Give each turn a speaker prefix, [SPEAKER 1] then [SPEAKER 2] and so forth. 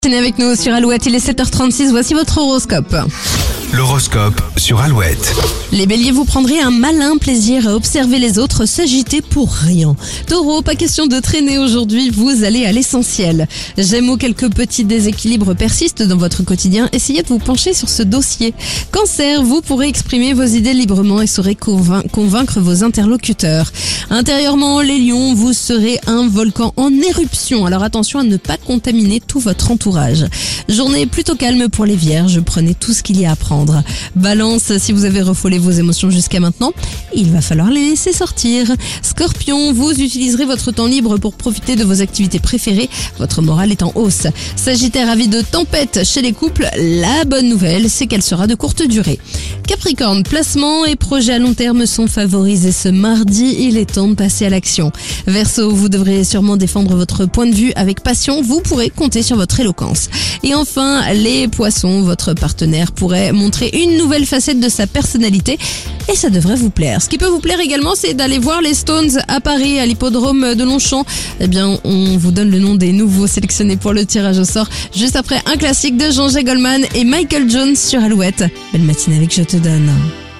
[SPEAKER 1] Tenez avec nous sur Alouette, il est 7h36, voici votre horoscope.
[SPEAKER 2] L'horoscope sur Alouette.
[SPEAKER 1] Les béliers, vous prendrez un malin plaisir à observer les autres s'agiter pour rien. Taureau, pas question de traîner aujourd'hui, vous allez à l'essentiel. Gémeaux, quelques petits déséquilibres persistent dans votre quotidien, essayez de vous pencher sur ce dossier. Cancer, vous pourrez exprimer vos idées librement et saurez convaincre vos interlocuteurs. Intérieurement, les lions, vous serez un volcan en éruption, alors attention à ne pas contaminer tout votre entourage. Journée plutôt calme pour les vierges, prenez tout ce qu'il y a à prendre. Balance, si vous avez refoulé vos émotions jusqu'à maintenant, il va falloir les laisser sortir. Scorpion, vous utiliserez votre temps libre pour profiter de vos activités préférées, votre morale est en hausse. Sagittaire, avis de tempête chez les couples, la bonne nouvelle, c'est qu'elle sera de courte durée. Capricorne, placements et projets à long terme sont favorisés ce mardi, il est temps de passer à l'action. Verseau, vous devrez sûrement défendre votre point de vue avec passion, vous pourrez compter sur votre éloquence. Et enfin, les poissons, votre partenaire pourrait montrer une nouvelle facette de sa personnalité et ça devrait vous plaire. Ce qui peut vous plaire également, c'est d'aller voir les Stones à Paris, à l'hippodrome de Longchamp. Eh bien, on vous donne le nom des nouveaux sélectionnés pour le tirage au sort, juste après un classique de Jean-Jacques Goldman et Michael Jones sur Alouette. Belle matinée avec Je te donne.